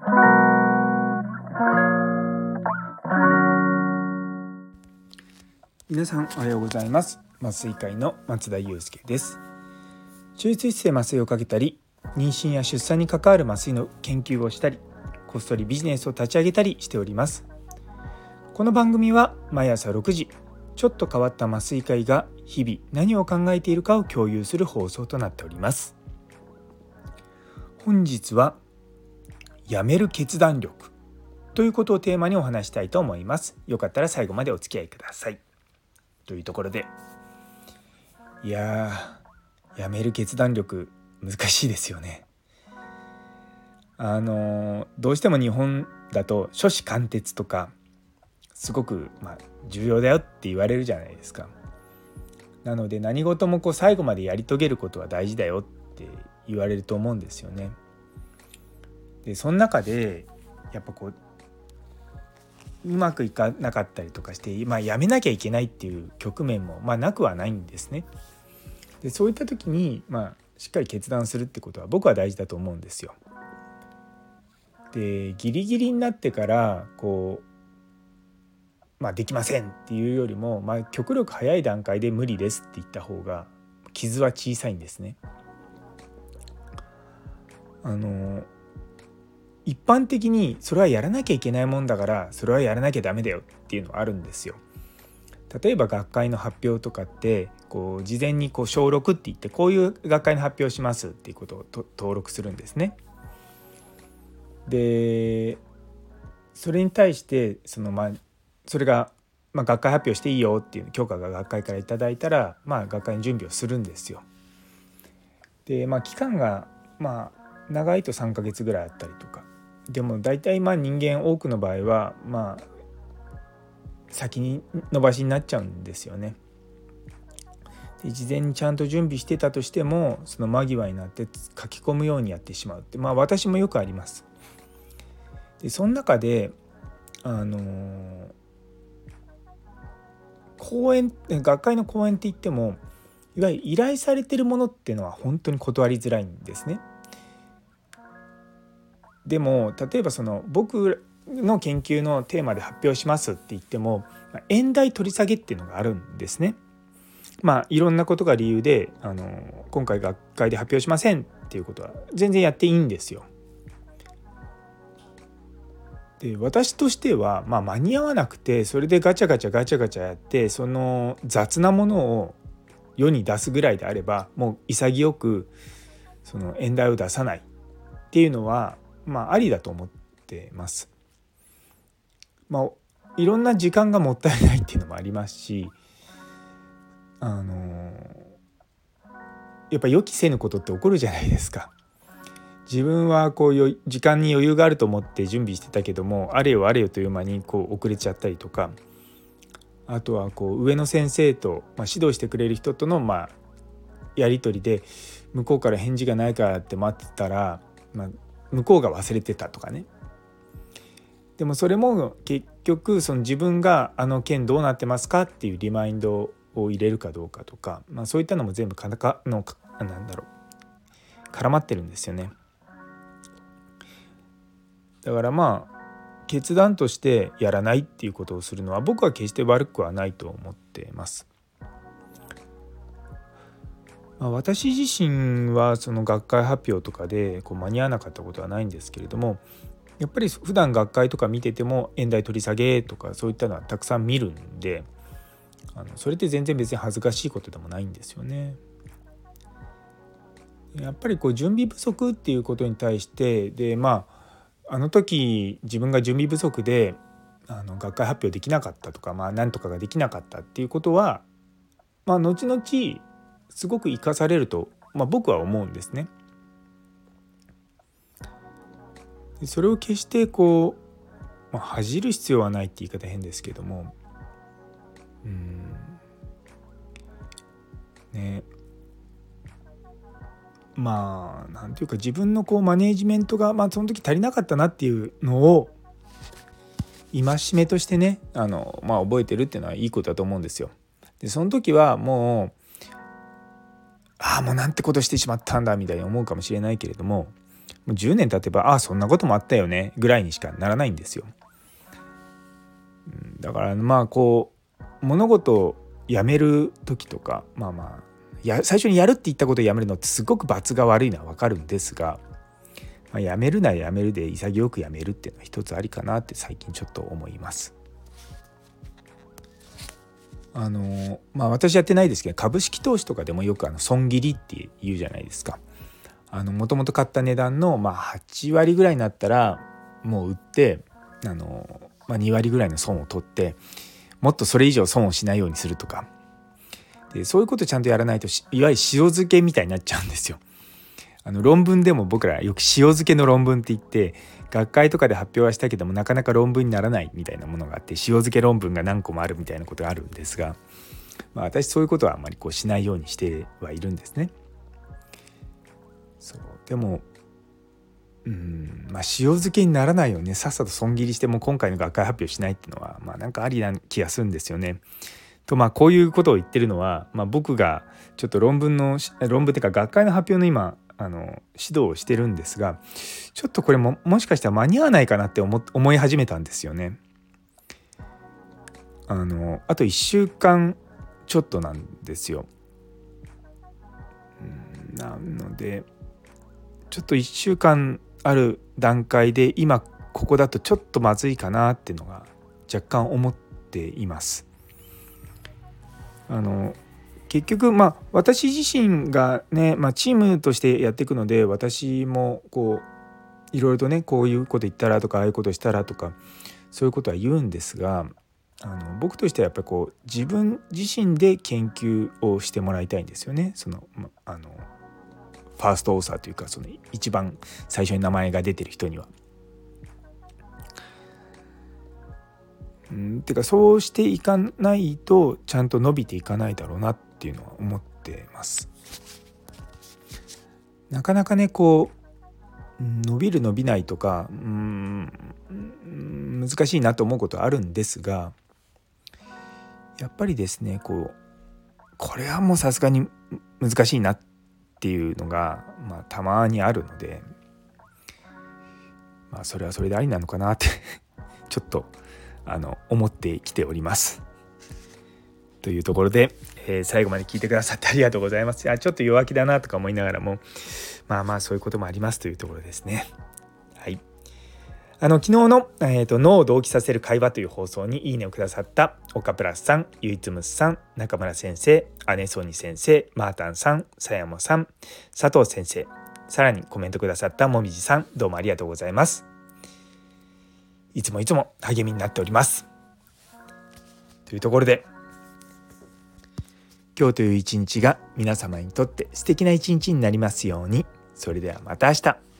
皆さんおはようございます。麻酔科医の松田祐介です。中絶室で麻酔をかけたり、妊娠や出産に関わる麻酔の研究をしたり、こっそりビジネスを立ち上げたりしております。この番組は毎朝6時、ちょっと変わった麻酔科医が日々何を考えているかを共有する放送となっております。本日はやめる決断力ということをテーマにお話したいと思います。よかったら最後までお付き合いください。というところで、やめる決断力難しいですよね。どうしても日本だと初志貫徹とかすごく重要だよって言われるじゃないですか。なので何事も最後までやり遂げることは大事だよって言われると思うんですよね。でその中でやっぱうまくいかなかったりとかして、やめなきゃいけないっていう局面もなくはないんですね。でそういった時に、しっかり決断するってことは僕は大事だと思うんですよ。でギリギリになってからできませんっていうよりも、極力早い段階で無理ですって言った方が傷は小さいんですね。一般的にそれはやらなきゃいけないもんだからそれはやらなきゃダメだよっていうのはあるんですよ。例えば学会の発表とかって事前に小録って言ってこういう学会の発表しますっていうことを登録するんですね。でそれに対してそれが学会発表していいよっていう許可が学会からいただいたら学会の準備をするんですよ。で期間が長いと3ヶ月ぐらいあったりとか、でも大体人間多くの場合は先に延ばしになっちゃうんですよね。で事前にちゃんと準備してたとしてもその間際になって書き込むようにやってしまうって私もよくあります。でその中で学会の講演って言ってもいわゆる依頼されてるものっていうのは本当に断りづらいんですね。でも例えば僕の研究のテーマで発表しますって言っても演題取り下げっていうのがあるんですね。いろんなことが理由で今回学会で発表しませんっていうことは全然やっていいんですよ。で私としては間に合わなくてそれでガチャガチャやってその雑なものを世に出すぐらいであればもう潔くその演題を出さないっていうのはありだと思ってます。いろんな時間がもったいないっていうのもありますし、やっぱ予期せぬことって起こるじゃないですか。自分は時間に余裕があると思って準備してたけどもあれよという間に遅れちゃったりとか、あとは上の先生と、指導してくれる人とのやり取りで向こうから返事がないからって待ってたら、向こうが忘れてたとかね。でもそれも結局自分が件どうなってますかっていうリマインドを入れるかどうかとか、そういったのも全部絡まってるんですよね。だから決断としてやらないっていうことをするのは僕は決して悪くはないと思っています。私自身はその学会発表とかで間に合わなかったことはないんですけれども、やっぱり普段学会とか見てても演題取り下げとかそういったのはたくさん見るんで、それって全然別に恥ずかしいことでもないんですよね。やっぱり準備不足っていうことに対してであの時自分が準備不足で学会発表できなかったとか何とかができなかったっていうことは後々すごく生かされると、僕は思うんですね。それを決して恥じる必要はないって言い方変ですけどもなんていうか自分のマネージメントがその時足りなかったなっていうのを戒めとしてね覚えてるっていうのはいいことだと思うんですよ。でその時はもうなんてことしてしまったんだみたいに思うかもしれないけれどももう10年経てばそんなこともあったよねぐらいにしかならないんですよ。だからこう物事をやめる時とか最初にやるって言ったことをやめるのってすごく罰が悪いのは分かるんですが、やめるならやめるで潔くやめるっていうのは一つありかなって最近ちょっと思います。私やってないですけど、株式投資とかでもよく損切りって言うじゃないですか。もともと買った値段の8割ぐらいになったらもう売って2割ぐらいの損を取ってもっとそれ以上損をしないようにするとかで、そういうことちゃんとやらないといわゆる塩漬けみたいになっちゃうんですよ。論文でも僕らよく塩漬けの論文って言って学会とかで発表はしたけどもなかなか論文にならないみたいなものがあって、塩漬け論文が何個もあるみたいなことがあるんですが、私そういうことはあんまりしないようにしてはいるんですね。でも塩漬けにならないようにさっさと損切りしても今回の学会発表しないっていうのはなんかありな気がするんですよね。とこういうことを言ってるのは、僕がちょっと論文っていうか学会の発表の今指導をしてるんですが、ちょっとこれもしかしたら間に合わないかなって思い始めたんですよね。あと1週間ちょっとなんですよ。なのでちょっと1週間ある段階で今ここだとちょっとまずいかなっていうのが若干思っています。結局私自身がね、チームとしてやっていくので、私もいろいろとねこういうこと言ったらとかああいうことしたらとかそういうことは言うんですが、僕としてはやっぱり自分自身で研究をしてもらいたいんですよね。ファーストオーサーというか一番最初に名前が出てる人には。てかそうしていかないとちゃんと伸びていかないだろうなっていうのは思ってます。なかなかね伸びる伸びないとか難しいなと思うことはあるんですが、やっぱりですねこれはもうさすがに難しいなっていうのがたまにあるので、それはそれでありなのかなってちょっと思ってきておりますというところで、最後まで聞いてくださってありがとうございます。ちょっと弱気だなとか思いながらもそういうこともありますというところですね。はい。昨日の、脳を同期させる会話という放送にいいねをくださった岡プラスさん、ゆいつむすさん、中村先生、姉ソニ先生、マータンさん、さやもさん、佐藤先生、さらにコメントくださったもみじさん、どうもありがとうございます。いつも励みになっております。というところで今日という一日が皆様にとって素敵な一日になりますように。それではまた明日。